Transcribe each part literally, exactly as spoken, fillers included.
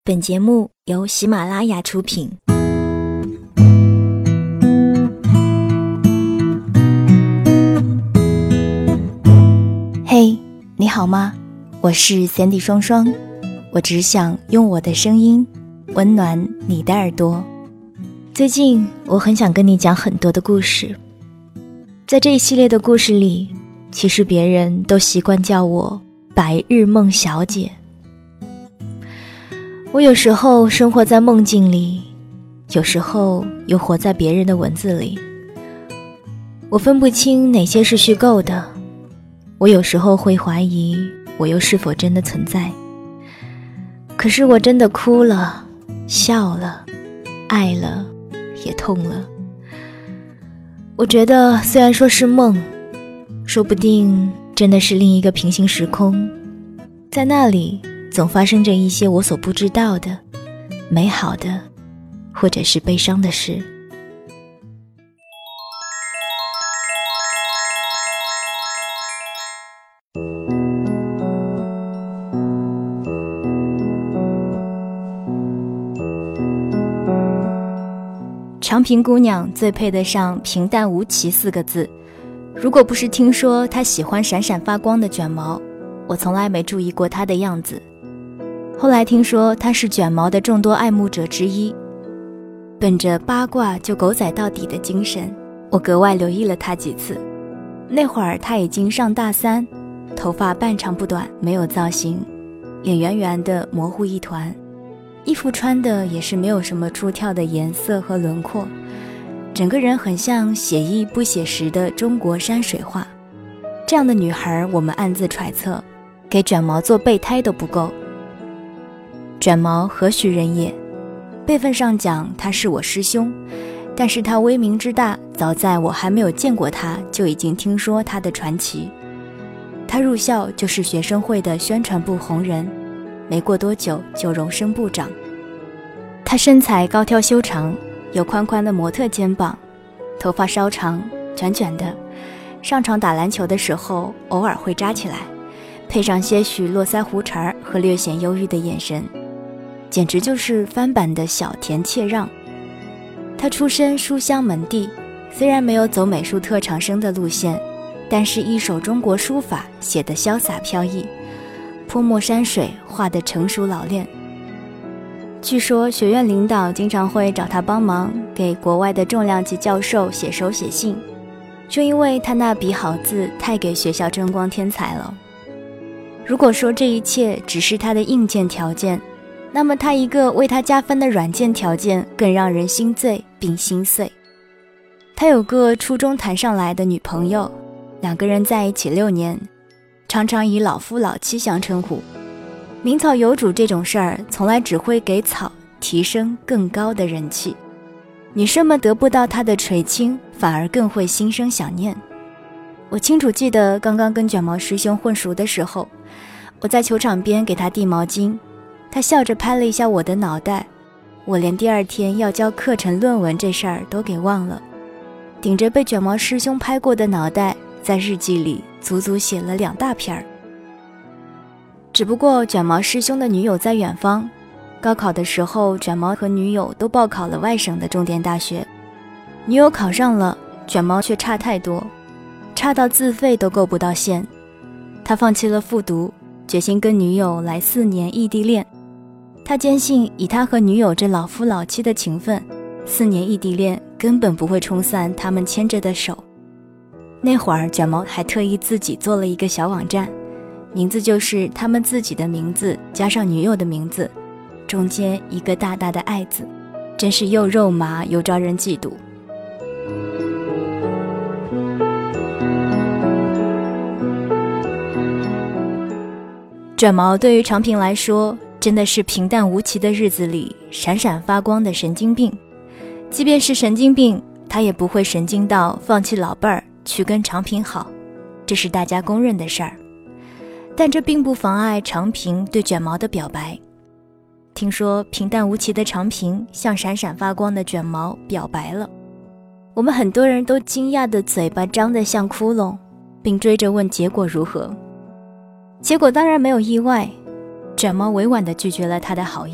本节目由喜马拉雅出品。嘿，你好吗？我是 Sandy 双双，我只想用我的声音温暖你的耳朵。最近我很想跟你讲很多的故事，在这一系列的故事里，其实别人都习惯叫我白日梦小姐。我有时候生活在梦境里，有时候又活在别人的文字里。我分不清哪些是虚构的，我有时候会怀疑我又是否真的存在。可是我真的哭了，笑了，爱了，也痛了。我觉得虽然说是梦，说不定真的是另一个平行时空，在那里总发生着一些我所不知道的美好的或者是悲伤的事。长平姑娘最配得上平淡无奇四个字，如果不是听说她喜欢闪闪发光的卷毛，我从来没注意过她的样子。后来听说她是卷毛的众多爱慕者之一，本着八卦就狗仔到底的精神，我格外留意了她几次。那会儿她已经上大三，头发半长不短，没有造型，脸圆圆的模糊一团，衣服穿的也是没有什么出挑的颜色和轮廓，整个人很像写意不写实的中国山水画。这样的女孩，我们暗自揣测，给卷毛做备胎都不够。卷毛何许人也？辈分上讲他是我师兄，但是他威名之大，早在我还没有见过他就已经听说他的传奇。他入校就是学生会的宣传部红人，没过多久就荣升部长。他身材高挑修长，有宽宽的模特肩膀，头发稍长卷卷的，上场打篮球的时候偶尔会扎起来，配上些许络腮胡茬和略显忧郁的眼神，简直就是翻版的小田切让。他出身书香门第，虽然没有走美术特长生的路线，但是一手中国书法写得潇洒飘逸，泼墨山水画得成熟老练。据说学院领导经常会找他帮忙，给国外的重量级教授写手写信，就因为他那笔好字太给学校争光添彩了。如果说这一切只是他的硬件条件，那么他一个为他加分的软件条件更让人心醉并心碎。他有个初中谈上来的女朋友，两个人在一起六年，常常以老夫老妻相称呼。名草有主这种事儿，从来只会给草提升更高的人气。女生们得不到他的垂青，反而更会心生想念。我清楚记得刚刚跟卷毛师兄混熟的时候，我在球场边给他递毛巾，他笑着拍了一下我的脑袋，我连第二天要交课程论文这事儿都给忘了，顶着被卷毛师兄拍过的脑袋，在日记里足足写了两大篇儿。只不过卷毛师兄的女友在远方，高考的时候卷毛和女友都报考了外省的重点大学，女友考上了，卷毛却差太多，差到自费都够不到线。他放弃了复读，决心跟女友来四年异地恋。他坚信以他和女友这老夫老妻的情分，四年异地恋根本不会冲散他们牵着的手。那会儿卷毛还特意自己做了一个小网站，名字就是他们自己的名字加上女友的名字，中间一个大大的爱字，真是又肉麻又招人嫉妒。卷毛对于长平来说，真的是平淡无奇的日子里闪闪发光的神经病。即便是神经病，他也不会神经到放弃老辈儿去跟长平好，这是大家公认的事儿。但这并不妨碍长平对卷毛的表白。听说平淡无奇的长平向闪闪发光的卷毛表白了，我们很多人都惊讶的嘴巴张得像窟窿，并追着问结果如何。结果当然没有意外，卷毛委婉地拒绝了他的好意，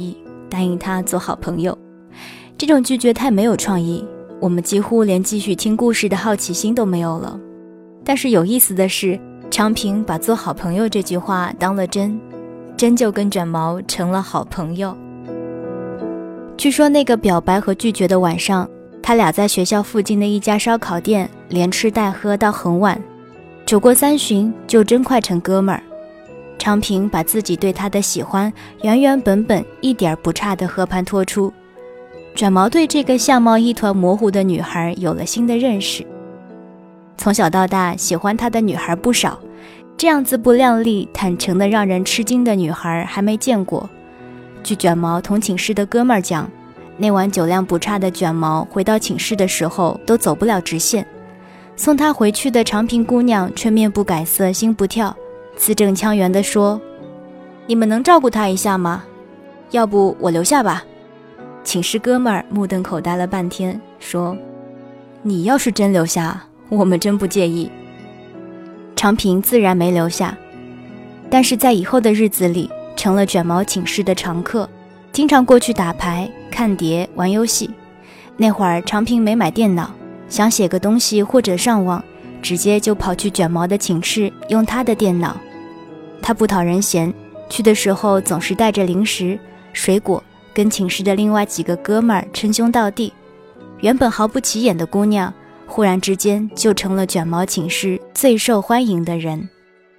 答应他做好朋友。这种拒绝太没有创意，我们几乎连继续听故事的好奇心都没有了。但是有意思的是，长平把做好朋友这句话当了真，真就跟卷毛成了好朋友。据说那个表白和拒绝的晚上，他俩在学校附近的一家烧烤店连吃带喝到很晚，酒过三巡就真快成哥们儿。长平把自己对他的喜欢原原本本一点不差的和盘托出，卷毛对这个相貌一团模糊的女孩有了新的认识。从小到大喜欢他的女孩不少，这样自不量力坦诚的让人吃惊的女孩还没见过。据卷毛同寝室的哥们儿讲，那晚酒量不差的卷毛回到寝室的时候都走不了直线，送他回去的长平姑娘却面不改色心不跳，字正腔圆地说：你们能照顾他一下吗？要不我留下吧。寝室哥们儿目瞪口呆了半天，说：你要是真留下，我们真不介意。长平自然没留下，但是在以后的日子里成了卷毛寝室的常客，经常过去打牌、看碟、玩游戏。那会儿长平没买电脑，想写个东西或者上网，直接就跑去卷毛的寝室用他的电脑。他不讨人嫌，去的时候总是带着零食、水果，跟寝室的另外几个哥们儿称兄道弟。原本毫不起眼的姑娘，忽然之间就成了卷毛寝室最受欢迎的人。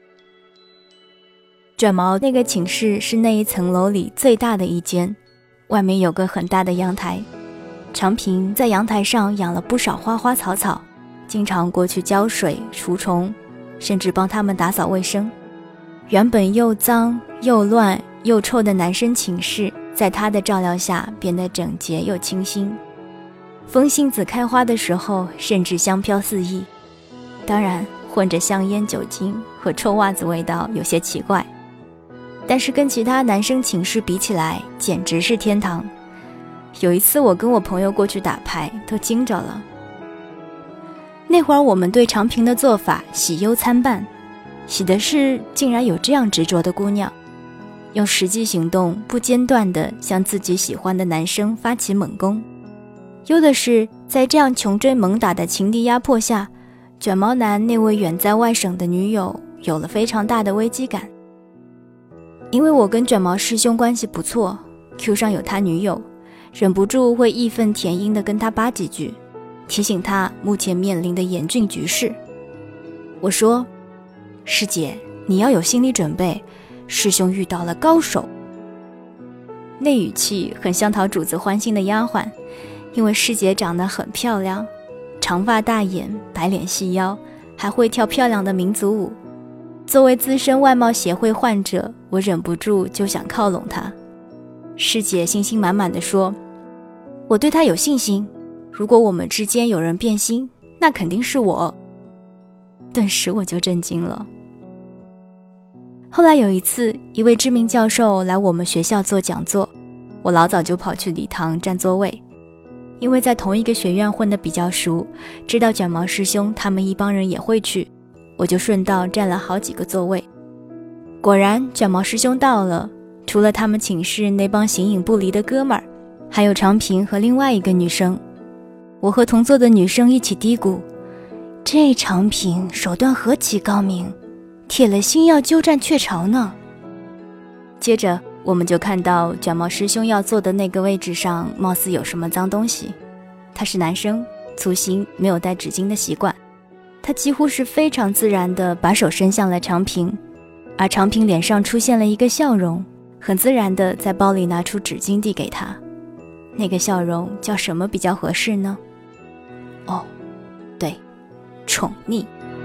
卷毛那个寝室是那一层楼里最大的一间，外面有个很大的阳台。长平在阳台上养了不少花花草草，经常过去浇水除虫，甚至帮他们打扫卫生。原本又脏又乱又臭的男生寝室，在他的照料下变得整洁又清新。风信子开花的时候，甚至香飘四溢，当然混着香烟、酒精和臭袜子味道有些奇怪，但是跟其他男生寝室比起来，简直是天堂。有一次我跟我朋友过去打牌，都惊着了。那会儿我们对长平的做法喜忧参半，喜的是竟然有这样执着的姑娘，用实际行动不间断地向自己喜欢的男生发起猛攻。忧的是在这样穷追猛打的情敌压迫下，卷毛男那位远在外省的女友有了非常大的危机感。因为我跟卷毛师兄关系不错， Q 上有他女友，忍不住会义愤填膺地跟他扒几句，提醒他目前面临的严峻局势。我说：师姐，你要有心理准备，师兄遇到了高手。那语气很像讨主子欢心的丫鬟，因为师姐长得很漂亮，长发大眼，白脸细腰，还会跳漂亮的民族舞。作为资深外貌协会患者，我忍不住就想靠拢她。师姐信心满满地说：我对她有信心，如果我们之间有人变心，那肯定是我。顿时我就震惊了。后来有一次，一位知名教授来我们学校做讲座，我老早就跑去礼堂占座位。因为在同一个学院混得比较熟，知道卷毛师兄他们一帮人也会去，我就顺道占了好几个座位。果然卷毛师兄到了，除了他们寝室那帮形影不离的哥们儿，还有长平和另外一个女生。我和同座的女生一起嘀咕：这长平手段何其高明，铁了心要鸠占鹊巢呢。接着我们就看到卷毛师兄要坐的那个位置上貌似有什么脏东西。他是男生，粗心，没有带纸巾的习惯，他几乎是非常自然地把手伸向了长平，而长平脸上出现了一个笑容，很自然地在包里拿出纸巾递给他。那个笑容叫什么比较合适呢？哦，对，宠溺。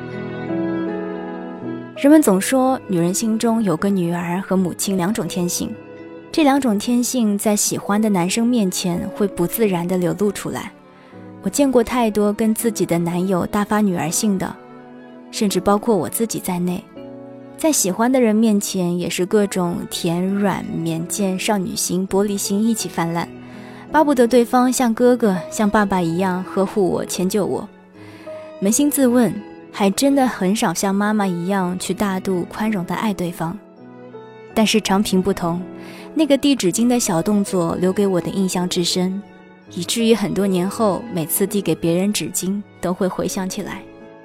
人们总说女人心中有个女儿和母亲两种天性，这两种天性在喜欢的男生面前会不自然地流露出来。我见过太多跟自己的男友大发女儿性的，甚至包括我自己在内，在喜欢的人面前也是各种甜软绵贱少女心玻璃心一起泛滥，巴不得对方像哥哥像爸爸一样呵护我迁就我。扪心自问，还真的很少像妈妈一样去大度宽容地爱对方。但是长平不同， 那个递纸巾的小动作留给我的印象至深，以至于很多年后每次递给别人纸巾都会回想起来。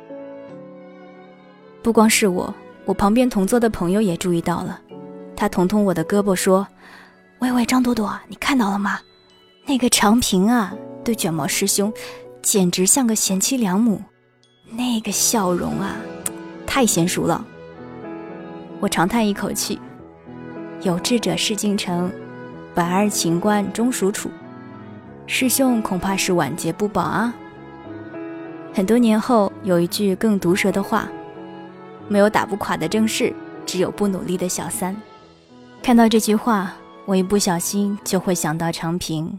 不光是我，我旁边同座的朋友也注意到了，他捅捅我的胳膊说：喂喂，张朵朵，你看到了吗？那个长平啊，对卷毛师兄简直像个贤妻良母，那个笑容啊，太娴熟了。我长叹一口气，有志者事竟成，百二秦关终属楚，师兄恐怕是晚节不保啊。很多年后，有一句更毒舌的话，没有打不垮的正室，只有不努力的小三。看到这句话，我一不小心就会想到长平。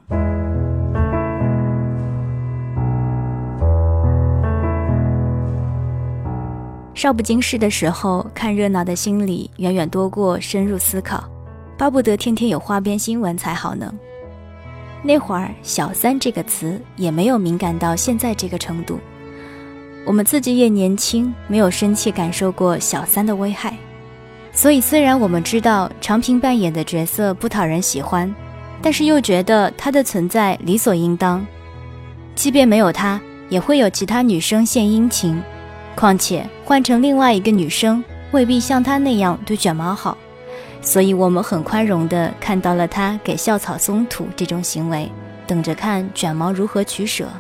少不经事的时候，看热闹的心理远远多过深入思考，巴不得天天有花边新闻才好呢。那会儿小三这个词也没有敏感到现在这个程度，我们自己也年轻，没有深切感受过小三的危害。所以虽然我们知道长平扮演的角色不讨人喜欢，但是又觉得他的存在理所应当。即便没有他，也会有其他女生献殷勤，况且换成另外一个女生未必像他那样对卷毛好，所以我们很宽容地看到了他给校草松土这种行为，等着看卷毛如何取舍。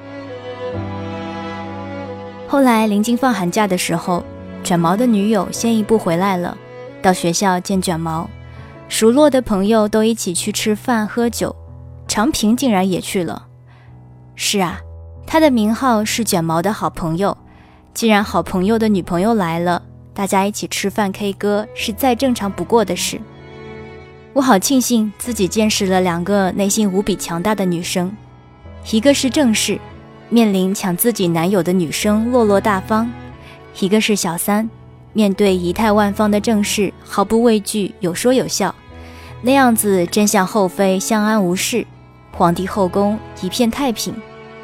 后来临近放寒假的时候，卷毛的女友先一步回来了，到学校见卷毛，熟络的朋友都一起去吃饭喝酒，长平竟然也去了。是啊，他的名号是卷毛的好朋友，既然好朋友的女朋友来了，大家一起吃饭 K 歌是再正常不过的事。我好庆幸自己见识了两个内心无比强大的女生，一个是正室，面临抢自己男友的女生落落大方；一个是小三，面对仪态万方的正室毫不畏惧，有说有笑，那样子真像后妃相安无事，皇帝后宫一片太平。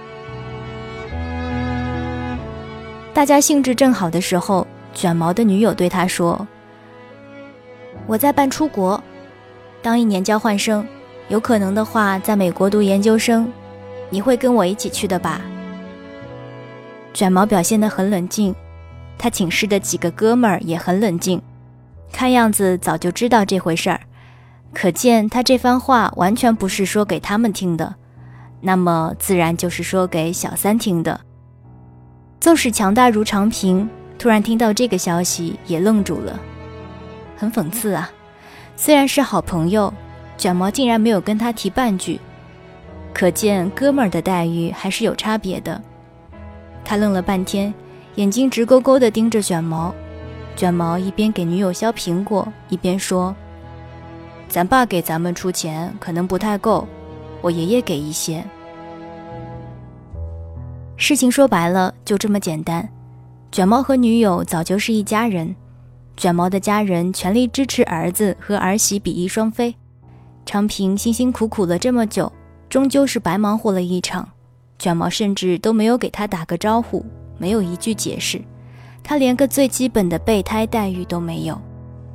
大家兴致正好的时候，卷毛的女友对他说：我在办出国，当一年交换生，有可能的话在美国读研究生，你会跟我一起去的吧？卷毛表现得很冷静，他寝室的几个哥们儿也很冷静，看样子早就知道这回事儿，可见他这番话完全不是说给他们听的，那么自然就是说给小三听的。纵使强大如长平，突然听到这个消息也愣住了，很讽刺啊。虽然是好朋友，卷毛竟然没有跟他提半句，可见哥们儿的待遇还是有差别的。他愣了半天，眼睛直勾勾地盯着卷毛。卷毛一边给女友削苹果，一边说：咱爸给咱们出钱可能不太够，我爷爷给一些。事情说白了就这么简单，卷毛和女友早就是一家人，卷毛的家人全力支持儿子和儿媳比翼双飞。长平辛辛苦苦了这么久，终究是白忙活了一场，卷毛甚至都没有给他打个招呼，没有一句解释，他连个最基本的备胎待遇都没有。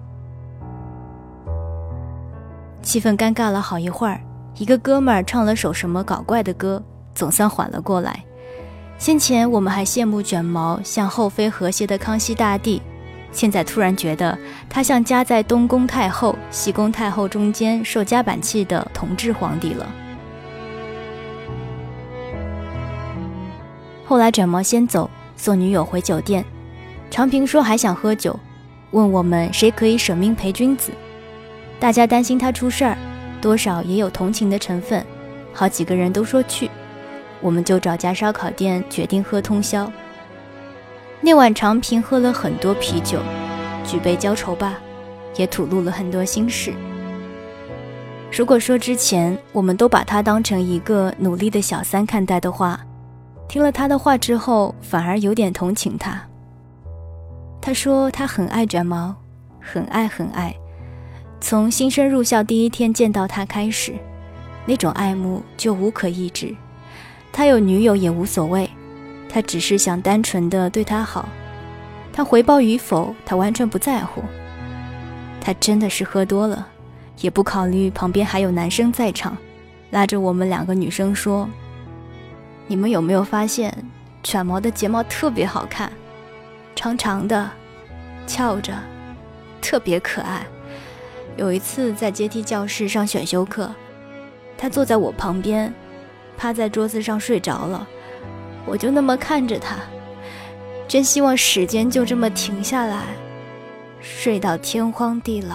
气氛尴尬了好一会儿，一个哥们儿唱了首什么搞怪的歌，总算缓了过来。先前我们还羡慕卷毛像后妃和谐的康熙大帝，现在突然觉得他像夹在东宫太后、西宫太后中间受夹板气的同治皇帝了。后来卷毛先走，送女友回酒店，长平说还想喝酒，问我们谁可以舍命陪君子。大家担心他出事儿，多少也有同情的成分，好几个人都说去，我们就找家烧烤店决定喝通宵。那晚长平喝了很多啤酒，举杯浇愁吧，也吐露了很多心事。如果说之前我们都把他当成一个努力的小三看待的话，听了他的话之后反而有点同情他。他说他很爱卷毛，很爱很爱，从新生入校第一天见到他开始，那种爱慕就无可抑制。他有女友也无所谓，他只是想单纯的对他好，他回报与否他完全不在乎。他真的是喝多了， 也不考虑旁边还有男生在场，拉着我们两个女生说，你们有没有发现卷毛的睫毛特别好看，长长的翘着，特别可爱。有一次在阶梯教室上选修课，他坐在我旁边，趴在桌子上睡着了，我就那么看着他，真希望时间就这么停下来，睡到天荒地老。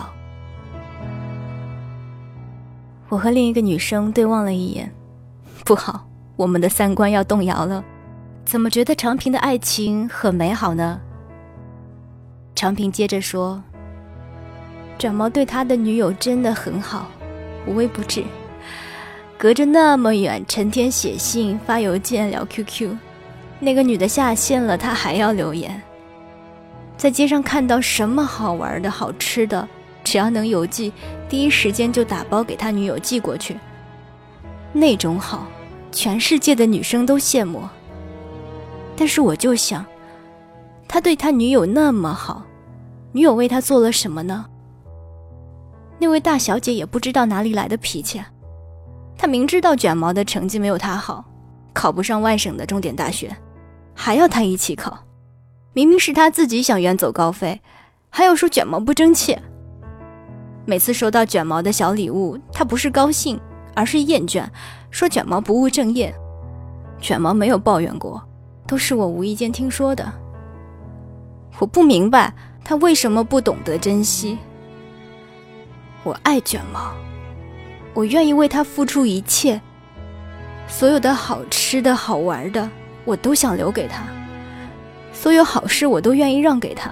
我和另一个女生对望了一眼，不好，我们的三观要动摇了。怎么觉得长平的爱情很美好呢？长平接着说，卷毛对他的女友真的很好，无微不至，隔着那么远，成天写信发邮件聊 Q Q， 那个女的下线了他还要留言，在街上看到什么好玩的好吃的，只要能邮寄，第一时间就打包给他女友寄过去。那种好，全世界的女生都羡慕。但是我就想，他对他女友那么好，女友为他做了什么呢？那位大小姐也不知道哪里来的脾气，她明知道卷毛的成绩没有他好，考不上外省的重点大学，还要他一起考。明明是他自己想远走高飞，还要说卷毛不争气。每次收到卷毛的小礼物，他不是高兴，而是厌倦，说卷毛不务正业。卷毛没有抱怨过，都是我无意间听说的。我不明白他为什么不懂得珍惜。我爱卷毛，我愿意为他付出一切，所有的好吃的好玩的我都想留给他，所有好事我都愿意让给他。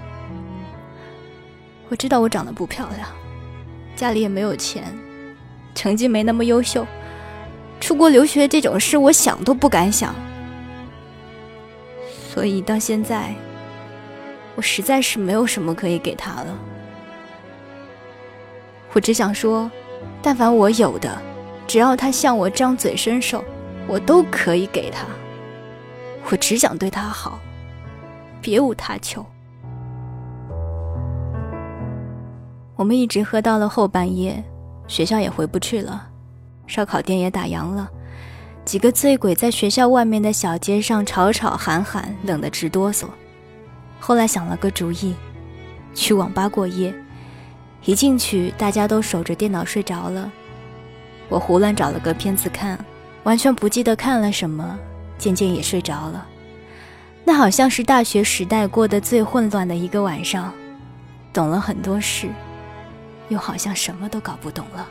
我知道我长得不漂亮，家里也没有钱，成绩没那么优秀，出国留学这种事我想都不敢想。所以到现在，我实在是没有什么可以给他了。我只想说，但凡我有的，只要他向我张嘴伸手，我都可以给他。我只想对他好，别无他求。我们一直喝到了后半夜，学校也回不去了，烧烤店也打烊了，几个醉鬼在学校外面的小街上吵吵喊喊，冷得直哆嗦。后来想了个主意，去网吧过夜。一进去，大家都守着电脑睡着了。我胡乱找了个片子看，完全不记得看了什么，渐渐也睡着了。那好像是大学时代过得最混乱的一个晚上，懂了很多事，又好像什么都搞不懂了。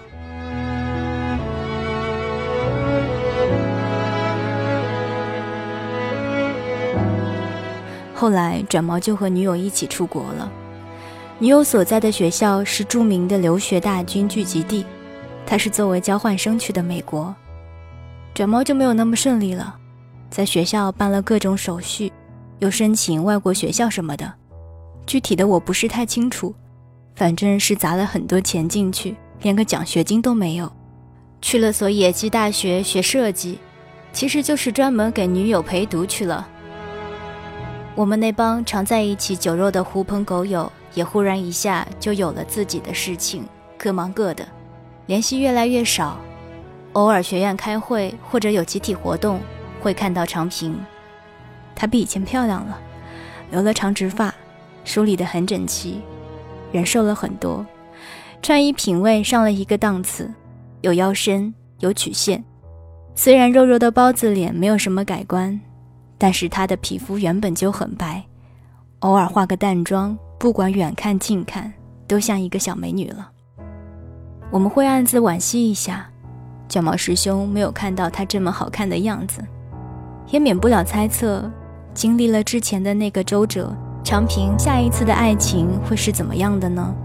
后来卷毛就和女友一起出国了，女友所在的学校是著名的留学大军聚集地，他是作为交换生去的美国。卷毛就没有那么顺利了，在学校办了各种手续，又申请外国学校什么的，具体的我不是太清楚，反正是砸了很多钱进去，连个奖学金都没有。去了所野鸡大学学设计，其实就是专门给女友陪读去了。我们那帮常在一起酒肉的狐朋狗友也忽然一下就有了自己的事情，各忙各的，联系越来越少。偶尔学院开会或者有集体活动会看到长平，她比以前漂亮了，留了长直发，梳理得很整齐，人瘦了很多，穿衣品味上了一个档次，有腰身，有曲线。虽然肉肉的包子脸没有什么改观，但是她的皮肤原本就很白，偶尔化个淡妆，不管远看近看，都像一个小美女了。我们会暗自惋惜一下，卷毛师兄没有看到她这么好看的样子，也免不了猜测，经历了之前的那个周折，长平下一次的爱情会是怎么样的呢？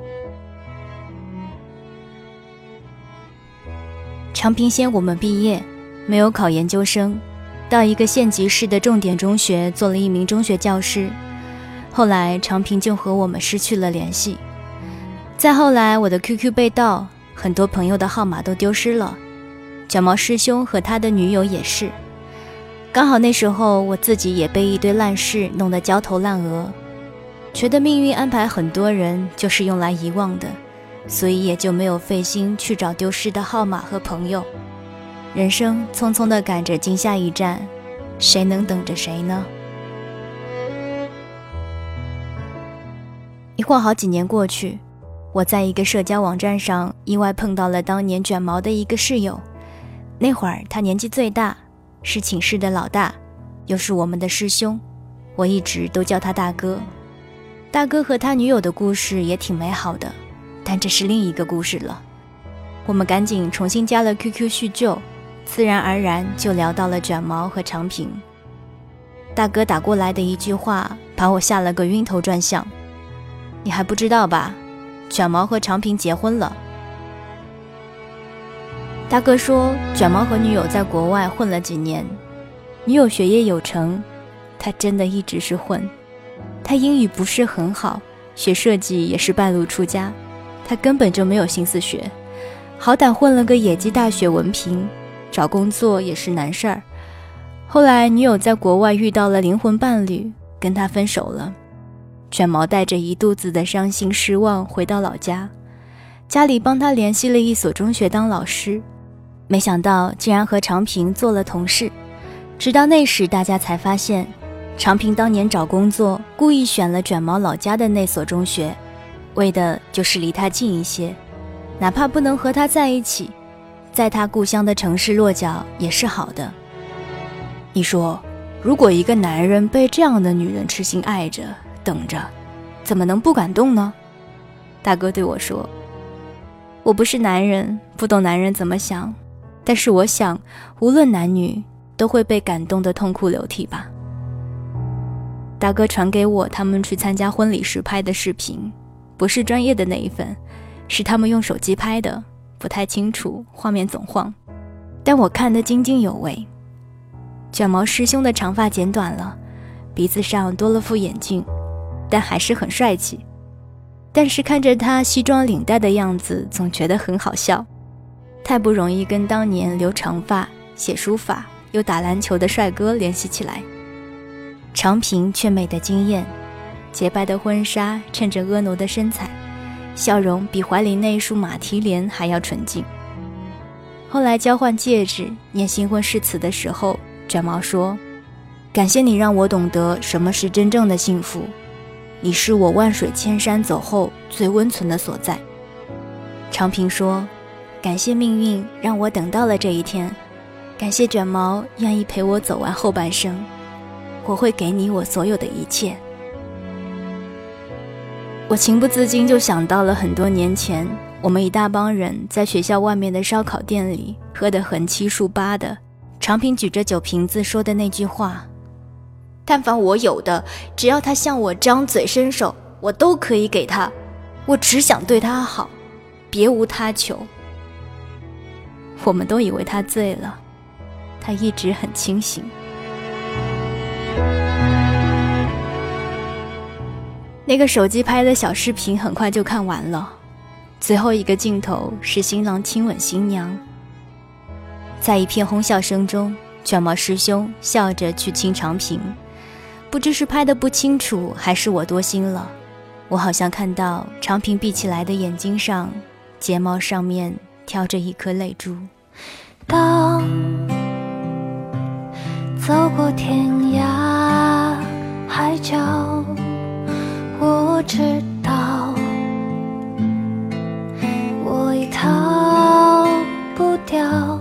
长平先我们毕业，没有考研究生，到一个县级市的重点中学做了一名中学教师。后来长平就和我们失去了联系。再后来我的 Q Q 被盗，很多朋友的号码都丢失了，卷毛师兄和他的女友也是。刚好那时候我自己也被一堆烂事弄得焦头烂额，觉得命运安排很多人就是用来遗忘的， 所以也就没有费心去找丢失的号码和朋友。人生匆匆地赶着进下一站，谁能等着谁呢？一晃好几年过去，我在一个社交网站上意外碰到了当年卷毛的一个室友。那会儿他年纪最大，是寝室的老大，又是我们的师兄，我一直都叫他大哥。大哥和他女友的故事也挺美好的，但这是另一个故事了。我们赶紧重新加了 Q Q 叙旧，自然而然就聊到了卷毛和长平。大哥打过来的一句话把我吓了个晕头转向。你还不知道吧？卷毛和长平结婚了。大哥说，卷毛和女友在国外混了几年，女友学业有成，他真的一直是混。他英语不是很好，学设计也是半路出家，他根本就没有心思学，好歹混了个野鸡大学文凭，找工作也是难事儿。后来女友在国外遇到了灵魂伴侣，跟他分手了。卷毛带着一肚子的伤心失望回到老家，家里帮他联系了一所中学当老师，没想到竟然和长平做了同事。直到那时大家才发现，长平当年找工作故意选了卷毛老家的那所中学，为的就是离他近一些，哪怕不能和他在一起，在他故乡的城市落脚也是好的。你说，如果一个男人被这样的女人痴心爱着等着，怎么能不感动呢？大哥对我说，我不是男人，不懂男人怎么想，但是我想无论男女都会被感动得痛哭流涕吧。大哥传给我他们去参加婚礼时拍的视频，不是专业的那一份，是他们用手机拍的，不太清楚，画面总晃，但我看得津津有味。卷毛师兄的长发剪短了，鼻子上多了副眼镜，但还是很帅气。但是看着他西装领带的样子，总觉得很好笑，太不容易跟当年留长发、写书法又打篮球的帅哥联系起来。长平却美得惊艳，洁白的婚纱衬着婀娜的身材，笑容比怀里那束马蹄莲还要纯净。后来交换戒指念新婚誓词的时候，卷毛说，感谢你让我懂得什么是真正的幸福，你是我万水千山走后最温存的所在。长平说，感谢命运让我等到了这一天，感谢卷毛愿意陪我走完后半生，我会给你我所有的一切。我情不自禁就想到了很多年前，我们一大帮人在学校外面的烧烤店里喝得横七竖八的，长平举着酒瓶子说的那句话，但凡我有的，只要他向我张嘴伸手，我都可以给他，我只想对他好，别无他求。我们都以为他醉了，他一直很清醒。那个手机拍的小视频很快就看完了，最后一个镜头是新郎亲吻新娘。在一片哄笑声中，卷毛师兄笑着去亲长平，不知是拍得不清楚还是我多心了，我好像看到长平闭起来的眼睛上，睫毛上面挑着一颗泪珠。 当走过天涯海角，我知道我已逃不掉。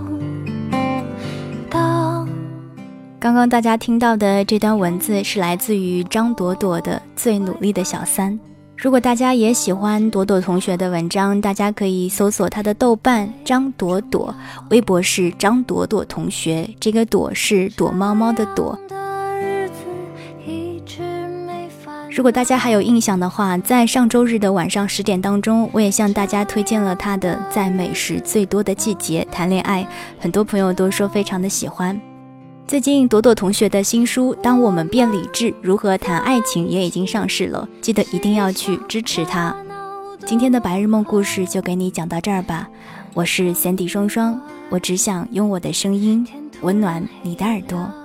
当刚刚大家听到的这段文字是来自于张朵朵的《最努力的小三》。如果大家也喜欢朵朵同学的文章，大家可以搜索她的豆瓣张朵朵，微博是张朵朵同学，这个朵是躲猫猫的朵。如果大家还有印象的话，在上周日的晚上十点当中，我也向大家推荐了她的《在美食最多的季节谈恋爱》，很多朋友都说非常的喜欢。最近朵朵同学的新书《当我们变理智：如何谈爱情》也已经上市了，记得一定要去支持它。今天的白日梦故事就给你讲到这儿吧，我是 Sandy 双双，我只想用我的声音温暖你的耳朵。